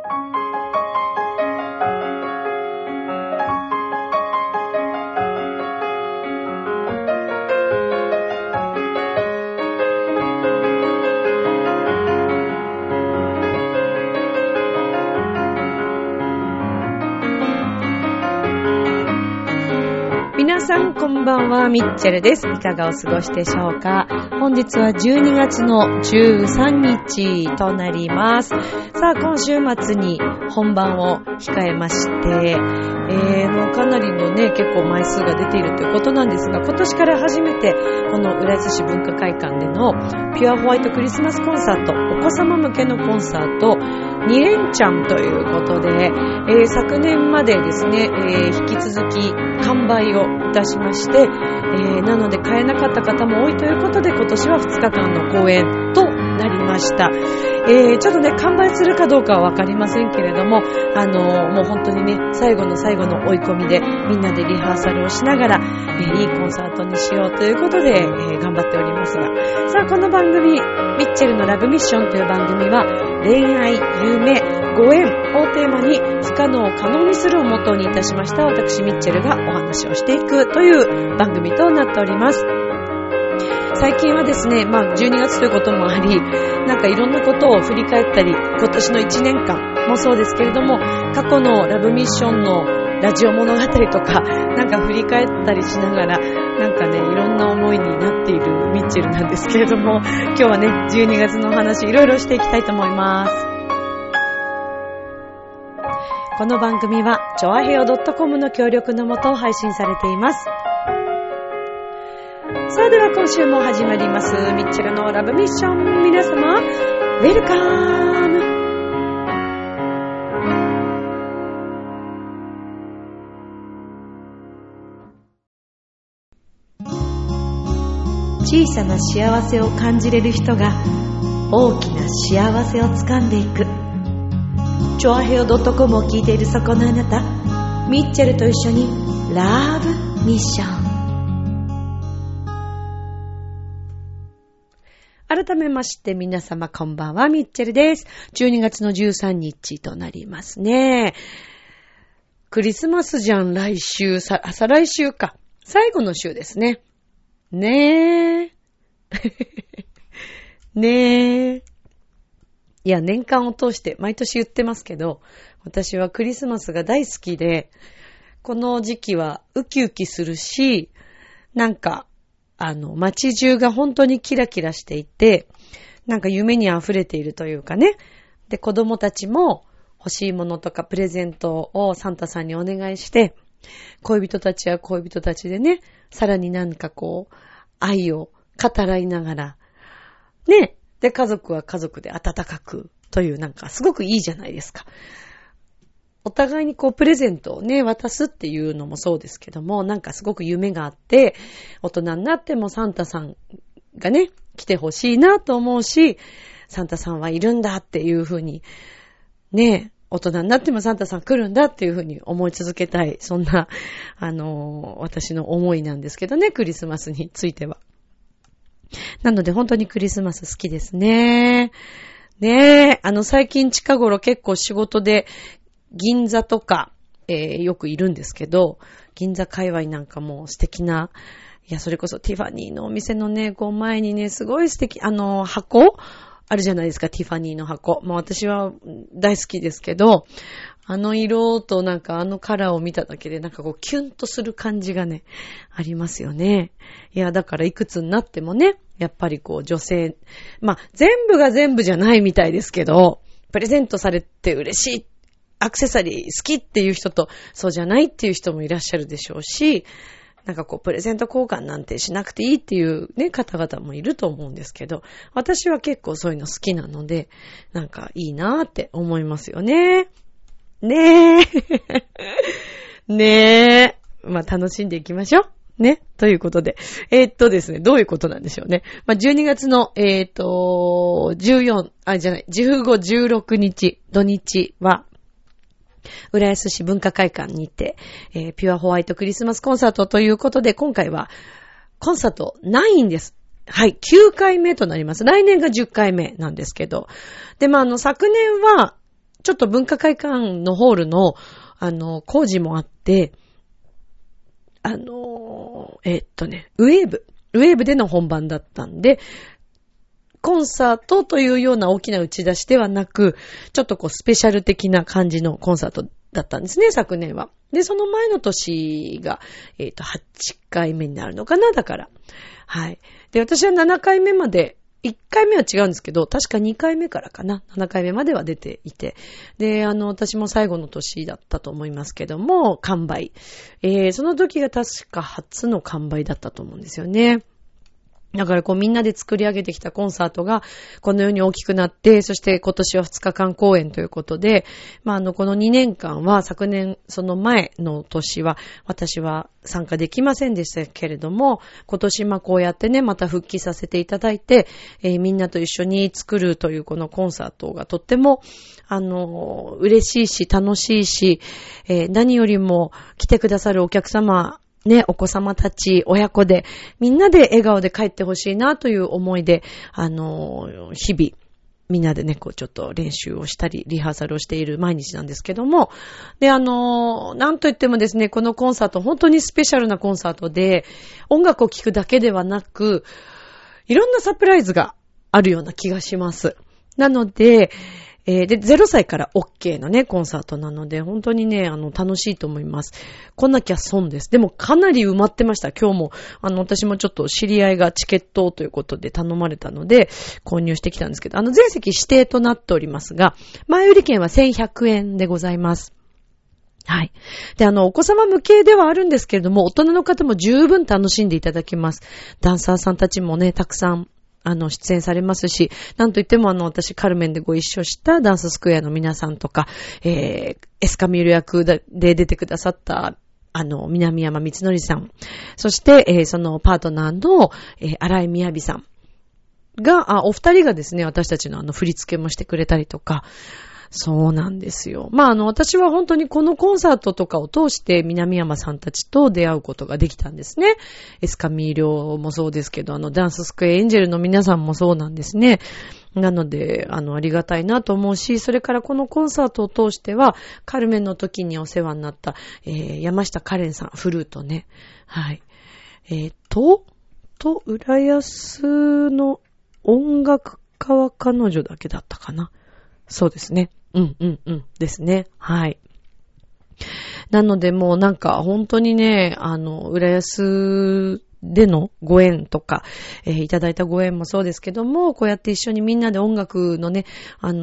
皆さんこんばんは、ミッチェルです。いかがお過ごしでしょうか。本日は12月の13日となります。さあ、今週末に本番を控えまして、もうかなりのね、結構枚数が出ているということなんですが、今年から初めてこの浦安市文化会館でのピュアホワイトクリスマスコンサート、お子様向けのコンサート2連チャンということで、昨年までですね、引き続き完売をいたしまして、なので買えなかった方も多いということで、今年は2日間の公演となりました。ちょっとね、完売するかどうかはわかりませんけれども、もう本当にね、最後の最後の追い込みでみんなでリハーサルをしながら、いいコンサートにしようということで、頑張っておりますが、さあ、この番組ミッチェルのラブミッションという番組は、恋愛、夢、ご縁をテーマに不可能を可能にするをモットーにいたしました。私ミッチェルがお話をしていくという番組となっております。最近はですね、12月ということもあり、なんかいろんなことを振り返ったり、今年の1年間もそうですけれども、過去のラブミッションのラジオ物語とか、なんか振り返ったりしながら、なんかね、いろんな思いになっているミッチェルなんですけれども、今日はね、12月のお話いろいろしていきたいと思います。この番組は、ちょあへよ .com の協力のもと配信されています。さあ、では今週も始まります、ミッチェルのラブミッション。皆様、ウェルカム。小さな幸せを感じれる人が大きな幸せをつかんでいく。チョアヘヨ .com を聞いているそこのあなた、ミッチェルと一緒にラブミッション。改めまして皆様こんばんは、ミッチェルです。12月の13日となりますね。クリスマスじゃん、来週、再来週か。最後の週ですね。ねえ。ねえ。いや、年間を通して毎年言ってますけど、私はクリスマスが大好きで、この時期はウキウキするし、なんか、街中が本当にキラキラしていて、なんか夢に溢れているというかね。で、子供たちも欲しいものとかプレゼントをサンタさんにお願いして、恋人たちは恋人たちでね、さらになんかこう、愛を語らいながら、ね。で、家族は家族で温かくという、なんかすごくいいじゃないですか。お互いにこうプレゼントをね、渡すっていうのもそうですけども、なんかすごく夢があって、大人になってもサンタさんがね、来てほしいなと思うし、サンタさんはいるんだっていうふうに、ね、大人になってもサンタさん来るんだっていうふうに思い続けたい。そんな、私の思いなんですけどね、クリスマスについては。なので本当にクリスマス好きですね。ねえ、最近近頃結構仕事で銀座とか、よくいるんですけど、銀座界隈なんかも素敵な、いや、それこそティファニーのお店のね、こう前にね、すごい素敵、箱あるじゃないですか、ティファニーの箱。私は大好きですけど、色となんかカラーを見ただけでなんかこうキュンとする感じがね、ありますよね。いや、だからいくつになってもね、やっぱりこう女性、全部が全部じゃないみたいですけど、プレゼントされて嬉しい、アクセサリー好きっていう人と、そうじゃないっていう人もいらっしゃるでしょうし、なんかこうプレゼント交換なんてしなくていいっていうね、方々もいると思うんですけど、私は結構そういうの好きなので、なんかいいなーって思いますよね。ねえ。ねえ。楽しんでいきましょう。ね。ということで。ですね、どういうことなんでしょうね。12月の、15、16日、土日は、浦安市文化会館にて、ピュアホワイトクリスマスコンサートということで、今回はコンサート9です。はい、9回目となります。来年が10回目なんですけど。で、昨年はちょっと文化会館のホールの、工事もあって、ウェーブでの本番だったんで、コンサートというような大きな打ち出しではなく、ちょっとこうスペシャル的な感じのコンサートだったんですね、昨年は。で、その前の年が、8回目になるのかな、だから。はい。で、私は7回目まで、1回目は違うんですけど、確か2回目からかな。7回目までは出ていて。で、私も最後の年だったと思いますけども、完売。その時が確か初の完売だったと思うんですよね。だからこうみんなで作り上げてきたコンサートがこのように大きくなって、そして今年は2日間公演ということで、この2年間は昨年その前の年は私は参加できませんでしたけれども、今年こうやってね、また復帰させていただいて、みんなと一緒に作るというこのコンサートがとっても嬉しいし楽しいし、何よりも来てくださるお客様ね、お子様たち、親子で、みんなで笑顔で帰ってほしいなという思いで、日々、みんなでね、こうちょっと練習をしたり、リハーサルをしている毎日なんですけども、で、なんといってもですね、このコンサート、本当にスペシャルなコンサートで、音楽を聴くだけではなく、いろんなサプライズがあるような気がします。なので、で、0歳から OK なね、コンサートなので、本当にね、楽しいと思います。来なきゃ損です。でも、かなり埋まってました。今日も、私もちょっと知り合いがチケットということで頼まれたので、購入してきたんですけど、全席指定となっておりますが、前売り券は1100円でございます。はい。で、お子様向けではあるんですけれども、大人の方も十分楽しんでいただけます。ダンサーさんたちもね、たくさん、出演されますし、なんといっても私、カルメンでご一緒したダンススクエアの皆さんとか、エスカミール役で出てくださった、南山光則さん、そして、そのパートナーの、荒井みやびさんが、お二人がですね、私たちの振り付けもしてくれたりとか、そうなんですよ。私は本当にこのコンサートとかを通して南山さんたちと出会うことができたんですね。エスカミーリョもそうですけど、ダンススクエアエンジェルの皆さんもそうなんですね。なので、ありがたいなと思うし、それからこのコンサートを通しては、カルメンの時にお世話になった、山下カレンさん、フルートね。はい。浦安の音楽家は彼女だけだったかな。そうですね。ですね。はい。なのでもうなんか本当にね、浦安でのご縁とか、いただいたご縁もそうですけども、こうやって一緒にみんなで音楽のね、組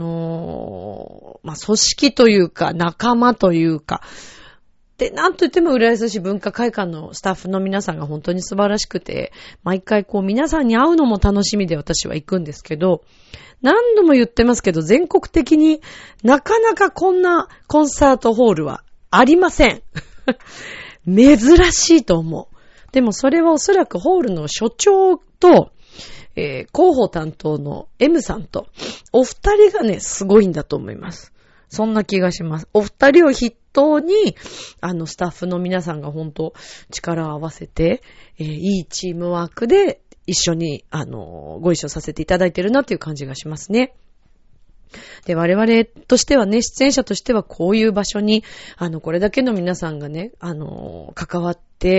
織というか仲間というか、で、なんと言っても浦安市文化会館のスタッフの皆さんが本当に素晴らしくて、毎回こう皆さんに会うのも楽しみで私は行くんですけど、何度も言ってますけど、全国的になかなかこんなコンサートホールはありません。珍しいと思う。でもそれはおそらくホールの所長と、広報担当の M さんと、お二人がね、すごいんだと思います。そんな気がします。お二人を筆頭に、スタッフの皆さんが本当力を合わせて、いいチームワークで一緒に、ご一緒させていただいてるなという感じがしますね。で、我々としてはね、出演者としてはこういう場所に、これだけの皆さんがね、関わって、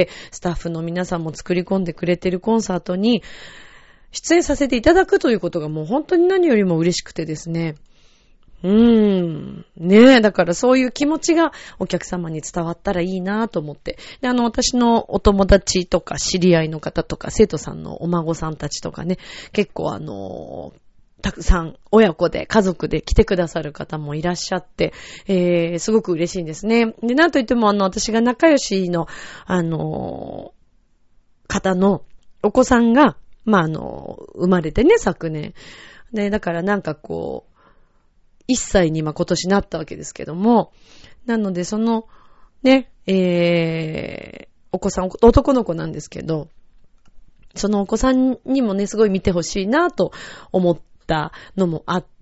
スタッフの皆さんも作り込んでくれてるコンサートに、出演させていただくということがもう本当に何よりも嬉しくてですね。ねえ、だからそういう気持ちがお客様に伝わったらいいなと思って。で、私のお友達とか知り合いの方とか生徒さんのお孫さんたちとかね、結構たくさん親子で家族で来てくださる方もいらっしゃって、すごく嬉しいんですね。で、なんといっても私が仲良しの方のお子さんが生まれてね、昨年。で、だからなんかこう、1歳に今年なったわけですけども、なのでそのね、お子さん、男の子なんですけど、そのお子さんにもね、すごい見てほしいなと思ったのもあっ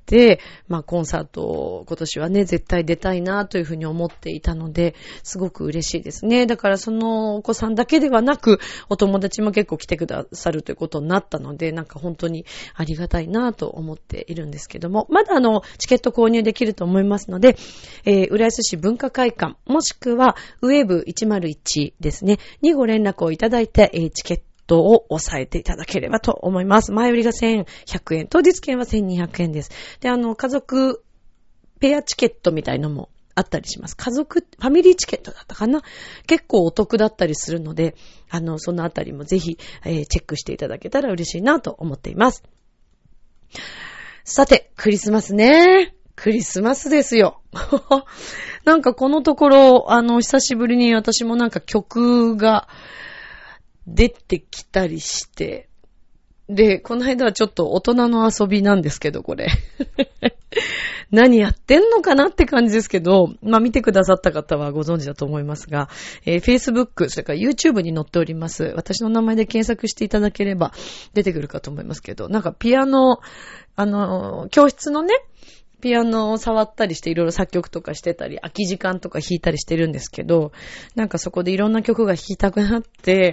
て、コンサートを今年はね、絶対出たいなというふうに思っていたので、すごく嬉しいですね。だからそのお子さんだけではなく、お友達も結構来てくださるということになったので、なんか本当にありがたいなと思っているんですけども、まだチケット購入できると思いますので、浦安市文化会館、もしくはウェブ101ですね、にご連絡をいただいて、チケットを抑えていただければと思います。前売りが1100円、当日券は1200円です。で、家族ペアチケットみたいのもあったりします。ファミリーチケットだったかな？結構お得だったりするので、そのあたりもぜひ、チェックしていただけたら嬉しいなと思っています。さて、クリスマスね。クリスマスですよ。なんかこのところ、久しぶりに私もなんか曲が出てきたりして、で、この間はちょっと大人の遊びなんですけど、これ。何やってんのかなって感じですけど、見てくださった方はご存知だと思いますが、Facebook、それから YouTube に載っております。私の名前で検索していただければ出てくるかと思いますけど、なんかピアノ、教室のね、ピアノを触ったりしていろいろ作曲とかしてたり、空き時間とか弾いたりしてるんですけど、なんかそこでいろんな曲が弾きたくなって、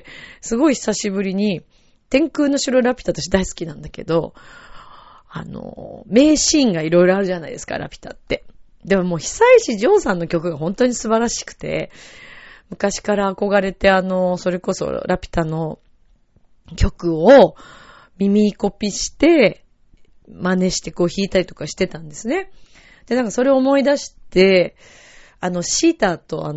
すごい久しぶりに、天空の城ラピュタ私大好きなんだけど、名シーンがいろいろあるじゃないですか、ラピュタって。でももう久石譲さんの曲が本当に素晴らしくて、昔から憧れてそれこそラピュタの曲を耳コピして真似してこう弾いたりとかしてたんですね。で、なんかそれを思い出して、シータと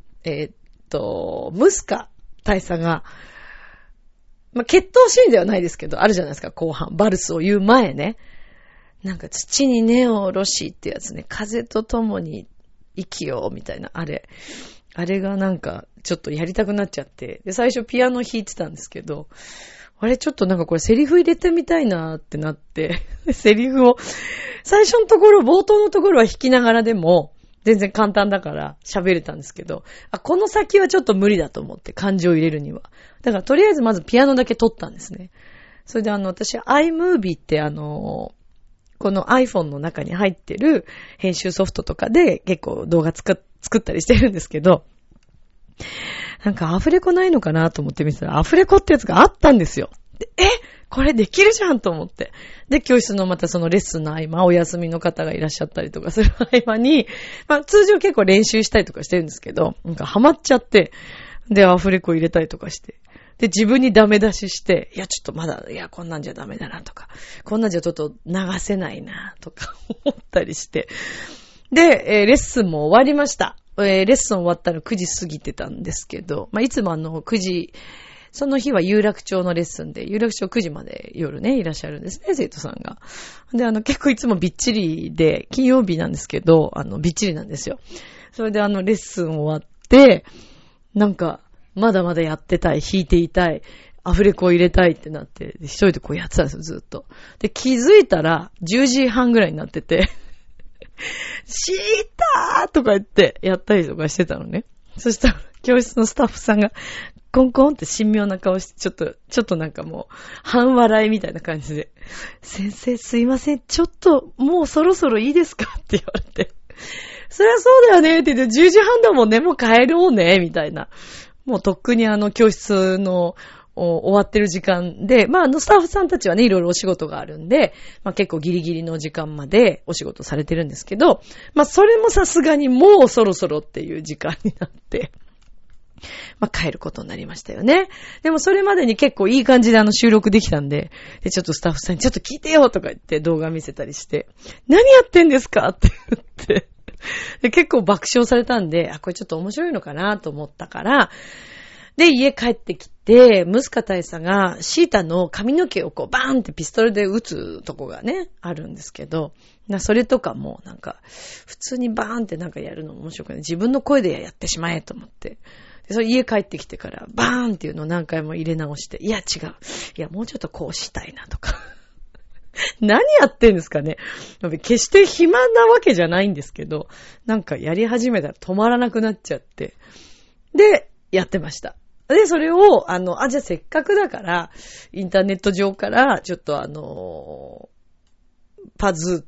ムスカ大佐が、決闘シーンではないですけど、あるじゃないですか、後半。バルスを言う前ね。なんか土に根を下ろしってやつね、風と共に生きようみたいな、あれがなんかちょっとやりたくなっちゃって、で、最初ピアノ弾いてたんですけど、あれちょっとなんかこれセリフ入れてみたいなってなって、セリフを、最初のところ、冒頭のところは弾きながらでも、全然簡単だから喋れたんですけど、この先はちょっと無理だと思って感情を入れるには。だからとりあえずまずピアノだけ撮ったんですね。それで私 iMovie ってこの iPhone の中に入ってる編集ソフトとかで結構動画作ったりしてるんですけど、なんかアフレコないのかなと思って見てたらアフレコってやつがあったんですよ。で、これできるじゃんと思って。で、教室のまたそのレッスンの合間、お休みの方がいらっしゃったりとかする合間に、通常結構練習したりとかしてるんですけど、なんかハマっちゃって、で、アフレコ入れたりとかして。で、自分にダメ出しして、いや、ちょっとまだ、いや、こんなんじゃダメだなとか、こんなんじゃちょっと流せないなとか思ったりして。で、レッスンも終わりました。レッスン終わったら9時過ぎてたんですけど、いつも9時、その日は有楽町のレッスンで、有楽町9時まで夜ね、いらっしゃるんですね、生徒さんが。で、結構いつもびっちりで、金曜日なんですけど、びっちりなんですよ。それでレッスン終わって、なんか、まだまだやってたい、弾いていたい、アフレコを入れたいってなって、一人でこうやってたんですよ、ずっと。で、気づいたら、10時半ぐらいになってて、シーターとか言ってやったりとかしてたのね。そしたら、教室のスタッフさんが、コンコンって神妙な顔して、ちょっとなんかもう、半笑いみたいな感じで、先生すいません、ちょっと、もうそろそろいいですかって言われて、そりゃそうだよねって言って、10時半だもんね、もう帰ろうね、みたいな。もうとっくに教室の終わってる時間で、スタッフさんたちはね、いろいろお仕事があるんで、結構ギリギリの時間までお仕事されてるんですけど、それもさすがにもうそろそろっていう時間になって、帰ることになりましたよね。でもそれまでに結構いい感じで収録できたんで、ちょっとスタッフさんにちょっと聞いてよとか言って動画見せたりして、何やってんですかって言って、で結構爆笑されたんで、これちょっと面白いのかなと思ったから、で、家帰ってきて、ムスカ大佐がシータの髪の毛をこうバーンってピストルで撃つとこがね、あるんですけど、それとかもなんか、普通にバーンってなんかやるの面白くない。自分の声でやってしまえと思って。で、それ家帰ってきてからバーンっていうのを何回も入れ直して、いや違う。いやもうちょっとこうしたいなとか。何やってんですかね。決して暇なわけじゃないんですけど、なんかやり始めたら止まらなくなっちゃって。で、やってました。で、それを、じゃあせっかくだから、インターネット上から、ちょっとパズーと、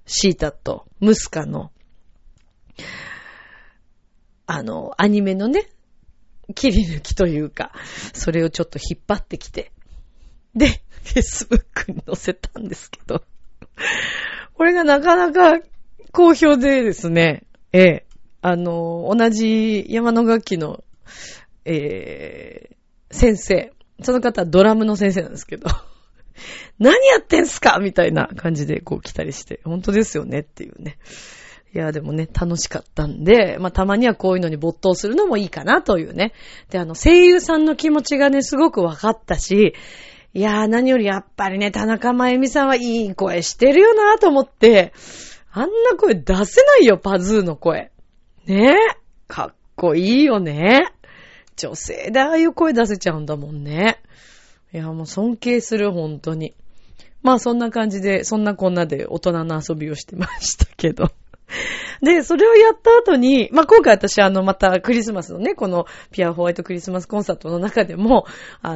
シータとムスカの、アニメのね、切り抜きというか、それをちょっと引っ張ってきて、で、Facebook に載せたんですけど、これがなかなか好評でですね、同じ山の楽器の、先生、その方はドラムの先生なんですけど、何やってんすかみたいな感じでこう来たりして、本当ですよねっていうね。いや、でもね、楽しかったんで、まあ、たまにはこういうのに没頭するのもいいかなというね。で、声優さんの気持ちがね、すごく分かったし、いやー、何よりやっぱりね、田中真由美さんはいい声してるよなと思って、あんな声出せないよ、パズーの声。ねえ、かっこいいよね。女性でああいう声出せちゃうんだもんね。いや、もう尊敬する、本当に。まあ、そんな感じで、そんなこんなで大人の遊びをしてましたけど。で、それをやった後に、まあ、今回私またクリスマスのね、このピュアホワイトクリスマスコンサートの中でも、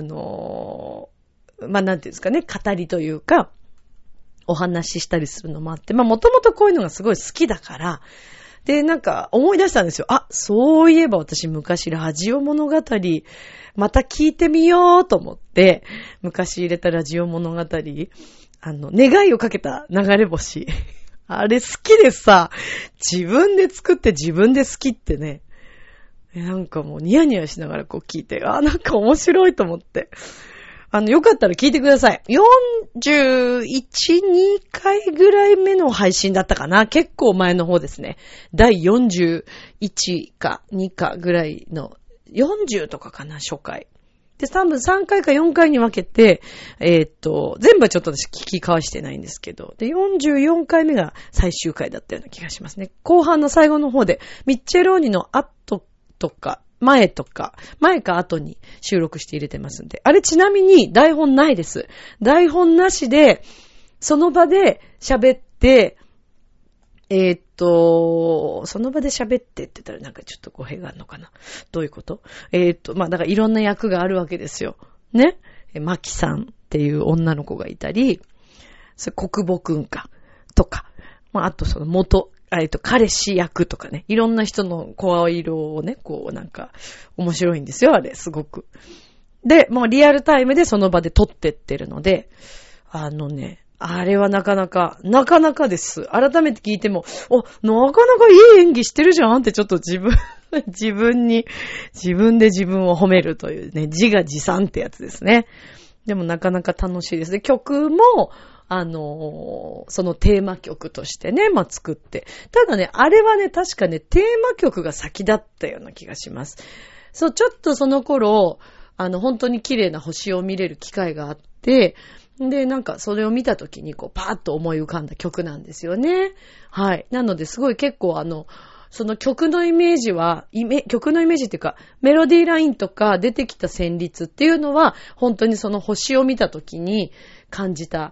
まあ、なんていうんですかね、語りというか、お話ししたりするのもあって、まあ、もともとこういうのがすごい好きだから、で、なんか思い出したんですよ。あ、そういえば私昔ラジオ物語、また聞いてみようと思って、昔入れたラジオ物語、願いをかけた流れ星。あれ好きでさ、自分で作って自分で好きってね、なんかもうニヤニヤしながらこう聞いて、あ、なんか面白いと思って。よかったら聞いてください。41、2回ぐらい目の配信だったかな。結構前の方ですね。第41か2かぐらいの、40とかかな、初回。で、多分3回か4回に分けて、全部はちょっと私聞き交わしてないんですけど、で、44回目が最終回だったような気がしますね。後半の最後の方で、ミッチェローニの後とか、前か後に収録して入れてますんで。あれちなみに台本ないです。台本なしで、その場で喋って、その場で喋ってって言ったらなんかちょっと語弊があるのかな。どういうこと？まあ、だからいろんな役があるわけですよ。ね。マキさんっていう女の子がいたり、それ国母くんか、とか。まあ、あとその彼氏役とかね。いろんな人の声色をね、こうなんか面白いんですよ、あれ、すごく。で、もうリアルタイムでその場で撮ってってるので、あれはなかなかです。改めて聞いても、なかなかいい演技してるじゃんってちょっと自分で自分を褒めるというね、自画自賛ってやつですね。でもなかなか楽しいです。で、曲も、そのテーマ曲としてね、まあ、作って。ただね、あれはね、確かね、テーマ曲が先だったような気がします。そう、ちょっとその頃、本当に綺麗な星を見れる機会があって、で、なんかそれを見たときにこうパーッと思い浮かんだ曲なんですよね。はい。なのですごい結構その曲のイメージっていうか、メロディーラインとか出てきた旋律っていうのは、本当にその星を見たときに感じた、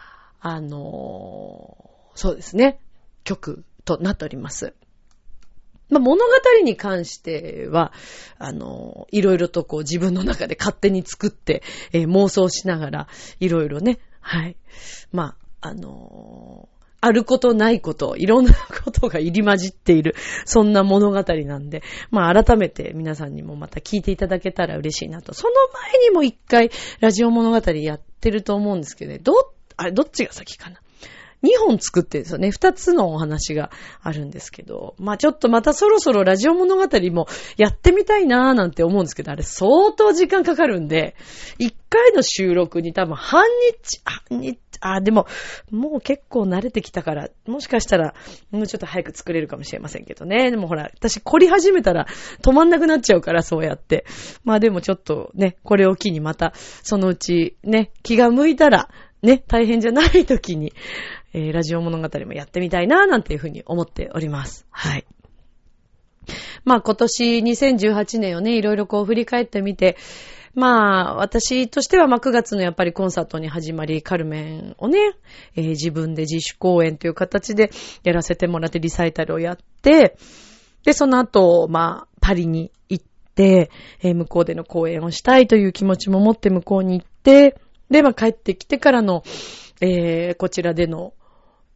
そうですね、曲となっております。まあ、物語に関しては、いろいろとこう自分の中で勝手に作って、妄想しながら、いろいろね、はい。まあ、あることないこと、いろんなことが入り混じっている、そんな物語なんで、まあ改めて皆さんにもまた聞いていただけたら嬉しいなと。その前にも一回ラジオ物語やってると思うんですけどね、どっちが先かな。2本作ってるんですよね。2つのお話があるんですけど。まあちょっとまたそろそろラジオ物語もやってみたいなーなんて思うんですけど、あれ相当時間かかるんで、1回の収録に多分でも、もう結構慣れてきたから、もしかしたら、もうちょっと早く作れるかもしれませんけどね。でもほら、私凝り始めたら止まんなくなっちゃうから、そうやって。まあでもちょっとね、これを機にまた、そのうちね、気が向いたら、ね、大変じゃない時に、ラジオ物語もやってみたいな、なんていうふうに思っております。はい。まあ今年2018年をね、いろいろこう振り返ってみて、まあ私としては9月のやっぱりコンサートに始まり、カルメンをね、自分で自主公演という形でやらせてもらってリサイタルをやって、で、その後、まあパリに行って、向こうでの公演をしたいという気持ちも持って向こうに行って、で、まあ帰ってきてからの、こちらでの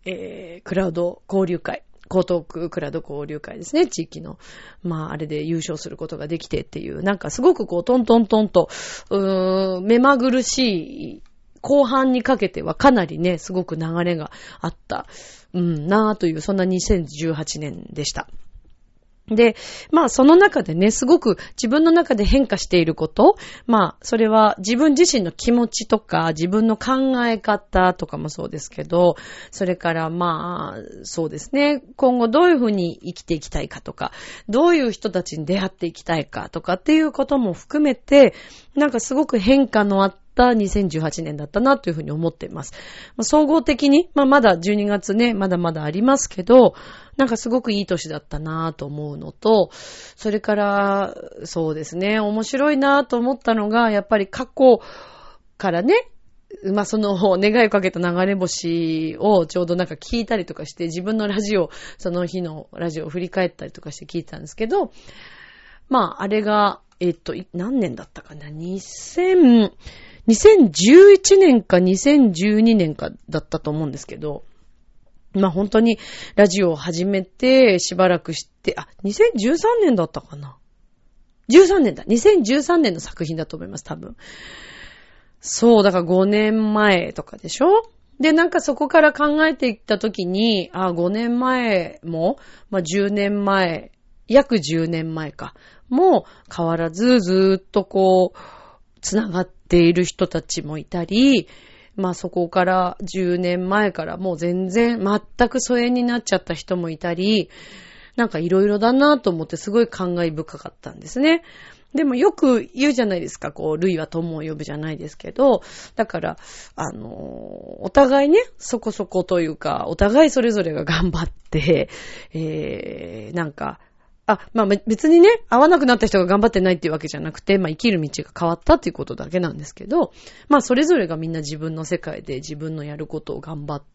クラウド交流会、江東区クラウド交流会ですね、地域の。あれで優勝することができてっていう、なんかすごくトントントンと、目まぐるしい、後半にかけてはかなりね、すごく流れがあった、なぁという、そんな2018年でした。で、その中でね、すごく自分の中で変化していること、それは自分自身の気持ちとか、自分の考え方とかもそうですけど、それからそうですね、今後どういうふうに生きていきたいかとか、どういう人たちに出会っていきたいかとかっていうことも含めて、なんかすごく変化のあった2018年だったなというふうに思っています。総合的に、まだ12月ね、まだまだありますけど、なんかすごくいい年だったなと思うのと、それから、そうですね、面白いなと思ったのが、やっぱり過去からね、その願いをかけた流れ星をちょうどなんか聞いたりとかして、自分のラジオ、その日のラジオを振り返ったりとかして聞いたんですけど、あれが、何年だったかな、2011年か2012年かだったと思うんですけど、本当にラジオを始めてしばらくして、2013年だったかな。13年だ。2013年の作品だと思います、多分。そう、だから5年前とかでしょ？で、なんかそこから考えていったときに、5年前も、10年前、約10年前か、も変わらずずっとつながっている人たちもいたり、そこから10年前からもう全然全く疎遠になっちゃった人もいたり、なんかいろいろだなと思ってすごい感慨深かったんですね。でもよく言うじゃないですか、類は友を呼ぶじゃないですけど、だから、お互いね、そこそこというか、お互いそれぞれが頑張って、なんか、別にね、会わなくなった人が頑張ってないっていうわけじゃなくて、生きる道が変わったっていうことだけなんですけど、それぞれがみんな自分の世界で自分のやることを頑張って、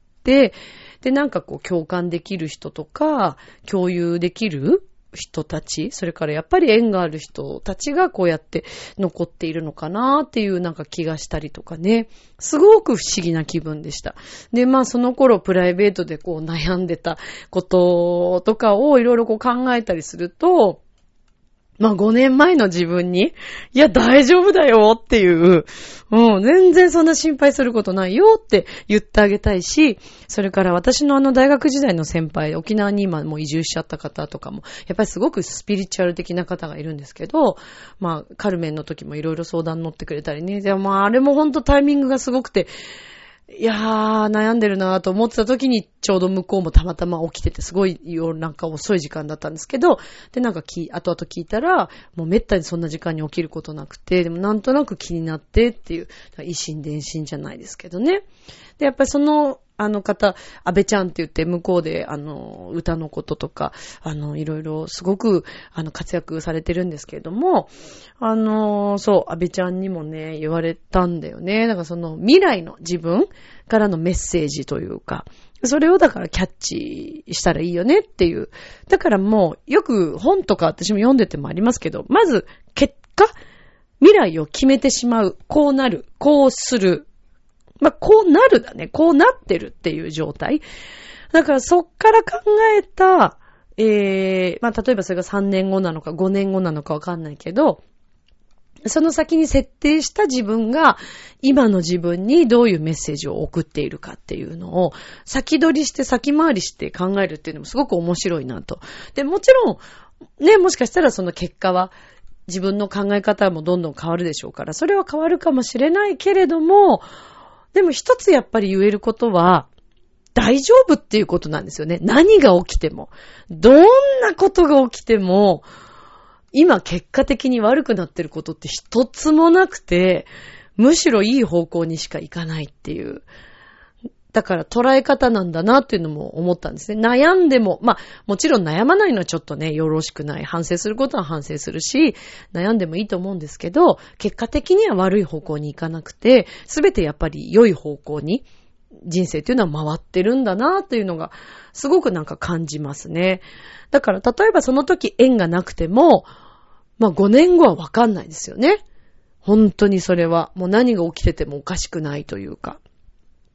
で、なんか共感できる人とか、共有できる人たち、それからやっぱり縁がある人たちがこうやって残っているのかなっていうなんか気がしたりとかね。すごく不思議な気分でした。で、その頃プライベートで悩んでたこととかをいろいろ考えたりすると、5年前の自分に、いや大丈夫だよっていう、全然そんな心配することないよって言ってあげたいし、それから私の大学時代の先輩、沖縄に今もう移住しちゃった方とかも、やっぱりすごくスピリチュアル的な方がいるんですけど、カルメンの時もいろいろ相談乗ってくれたりね、でもあれも本当タイミングがすごくて、いやー、悩んでるなーと思ってた時に、ちょうど向こうもたまたま起きてて、すごいなんか遅い時間だったんですけど、で、なんか後々聞いたら、もうめったにそんな時間に起きることなくて、でもなんとなく気になってっていう、一心伝心じゃないですけどね。で、やっぱりその、方、安倍ちゃんって言って向こうで、歌のこととか、いろいろすごく、活躍されてるんですけれども、そう、安倍ちゃんにもね、言われたんだよね。だからその未来の自分からのメッセージというか、それをだからキャッチしたらいいよねっていう。だからもう、よく本とか私も読んでてもありますけど、まず、結果、未来を決めてしまう。こうなる。こうする。こうなるだね。こうなってるっていう状態。だからそっから考えた、例えばそれが3年後なのか5年後なのかわかんないけど、その先に設定した自分が今の自分にどういうメッセージを送っているかっていうのを先取りして先回りして考えるっていうのもすごく面白いなと。で、もちろん、ね、もしかしたらその結果は自分の考え方もどんどん変わるでしょうから、それは変わるかもしれないけれども、でも一つやっぱり言えることは、大丈夫っていうことなんですよね。何が起きても。どんなことが起きても、今結果的に悪くなってることって一つもなくて、むしろいい方向にしか行かないっていう。だから捉え方なんだなっていうのも思ったんですね。悩んでも、もちろん悩まないのはちょっとね、よろしくない。反省することは反省するし、悩んでもいいと思うんですけど、結果的には悪い方向に行かなくて、すべてやっぱり良い方向に人生っていうのは回ってるんだなっていうのが、すごくなんか感じますね。だから例えばその時縁がなくても、5年後はわかんないですよね。本当にそれは。もう何が起きててもおかしくないというか。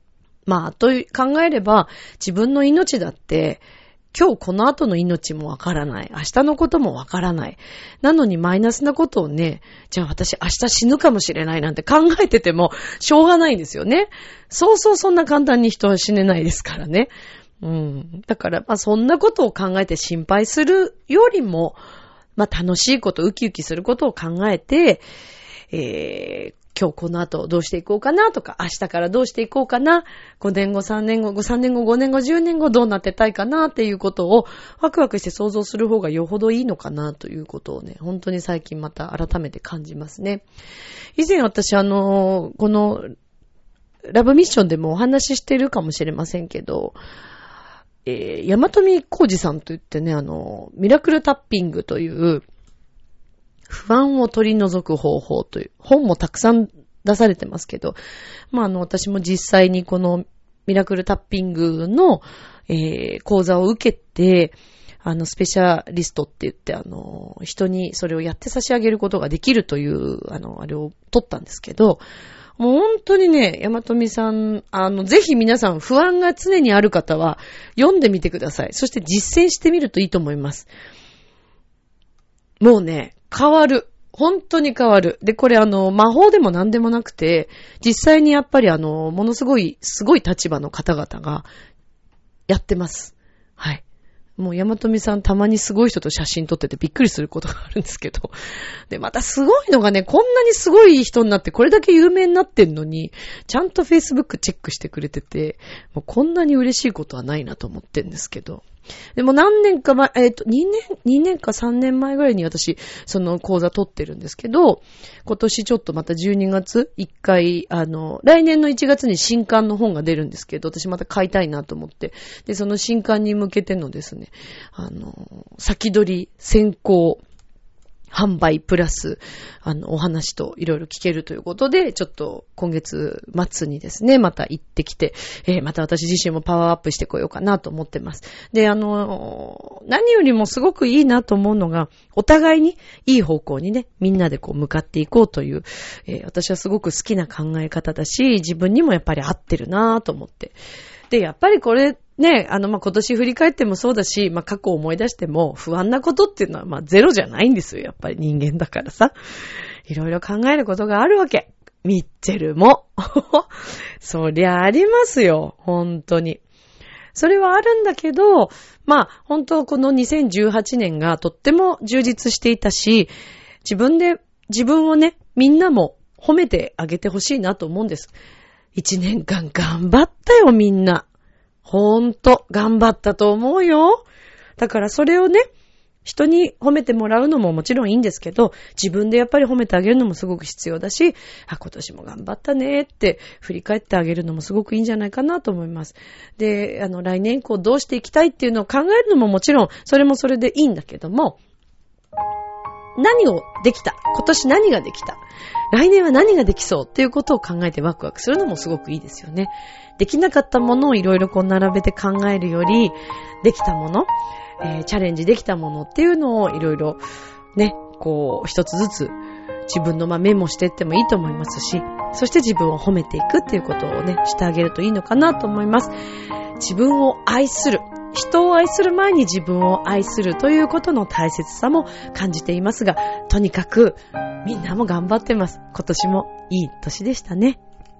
と考えれば、自分の命だって、今日この後の命もわからない。明日のこともわからない。なのにマイナスなことをね、じゃあ私明日死ぬかもしれないなんて考えててもしょうがないんですよね。そうそんな簡単に人は死ねないですからね。だからそんなことを考えて心配するよりも、楽しいこと、ウキウキすることを考えて、今日この後どうしていこうかなとか、明日からどうしていこうかな、5年後、3年後、5年後、10年後どうなってたいかなっていうことをワクワクして想像する方がよほどいいのかなということをね、本当に最近また改めて感じますね。以前私このラブミッションでもお話ししてるかもしれませんけど、大和見浩二さんといってね、ミラクルタッピングという不安を取り除く方法という本もたくさん出されてますけど、私も実際にこのミラクルタッピングの、講座を受けて、スペシャリストって言って、人にそれをやって差し上げることができるという、あれを取ったんですけど、もう本当にね、大和美さん、ぜひ皆さん不安が常にある方は読んでみてください。そして実践してみるといいと思います。もうね、変わる。本当に変わる。で、これ魔法でも何でもなくて、実際にやっぱりものすごい立場の方々がやってます。はい。もう大和美さんたまにすごい人と写真撮っててびっくりすることがあるんですけど。で、またすごいのがね、こんなにすごい人になってこれだけ有名になってんのに、ちゃんと Facebook チェックしてくれてて、もうこんなに嬉しいことはないなと思ってんですけど。でも何年か前、2年か3年前ぐらいに私、その講座取ってるんですけど、今年ちょっとまた12月、1回、来年の1月に新刊の本が出るんですけど、私また買いたいなと思って、で、その新刊に向けてのですね、先取り先行、販売プラス、お話といろいろ聞けるということで、ちょっと今月末にですね、また行ってきて、また私自身もパワーアップしてこようかなと思ってます。で、何よりもすごくいいなと思うのが、お互いにいい方向にね、みんなでこう向かっていこうという、私はすごく好きな考え方だし、自分にもやっぱり合ってるなと思って。で、やっぱりこれ、ね、今年振り返ってもそうだし、過去を思い出しても不安なことっていうのはゼロじゃないんですよ。やっぱり人間だからさ。いろいろ考えることがあるわけ。ミッチェルも。そりゃありますよ。本当に。それはあるんだけど、本当この2018年がとっても充実していたし、自分をね、みんなも褒めてあげてほしいなと思うんです。1年間頑張ったよ、みんな。ほんと、頑張ったと思うよ。だからそれをね、人に褒めてもらうのももちろんいいんですけど、自分でやっぱり褒めてあげるのもすごく必要だし、今年も頑張ったねって振り返ってあげるのもすごくいいんじゃないかなと思います。で、来年以降どうしていきたいっていうのを考えるのももちろん、それもそれでいいんだけども、何をできた？今年何ができた？来年は何ができそうっていうことを考えてワクワクするのもすごくいいですよね。できなかったものをいろいろ並べて考えるより、できたもの、チャレンジできたものっていうのをいろいろね、一つずつ自分のメモしていってもいいと思いますし、そして自分を褒めていくっていうことをね、してあげるといいのかなと思います。自分を愛する。人を愛する前に自分を愛するということの大切さも感じていますが、とにかくみんなも頑張ってます。今年もいい年でしたね。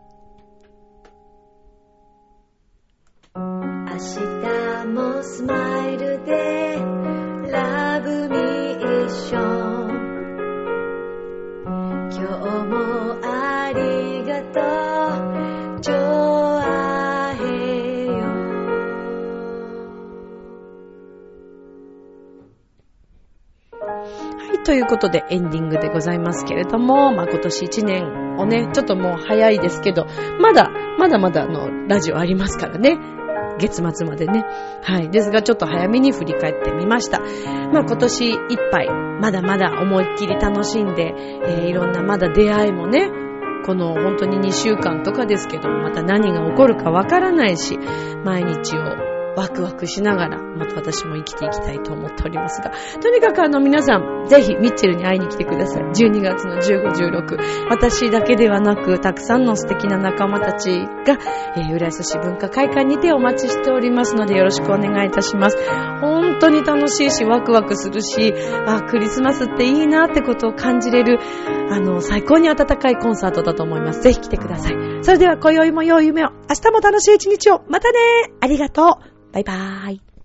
明日もスマイルでラブミッション、今日もありがとうジョアヘヨ。 はい、ということでエンディングでございますけれども、今年1年をね、ちょっともう早いですけど、まだラジオありますからね。月末までね。はい。ですがちょっと早めに振り返ってみました。今年いっぱい、まだまだ思いっきり楽しんで、いろんなまだ出会いもね、この本当に2週間とかですけど、また何が起こるかわからないし、毎日をワクワクしながら、また私も生きていきたいと思っておりますが、とにかく皆さん、ぜひミッチェルに会いに来てください。12月の15、16。私だけではなく、たくさんの素敵な仲間たちが、浦安市文化会館にてお待ちしておりますので、よろしくお願いいたします。本当に楽しいし、ワクワクするし、クリスマスっていいなってことを感じれる、最高に温かいコンサートだと思います。ぜひ来てください。それでは今宵も良い夢を、明日も楽しい一日を。またね。ありがとう。バイバーイ。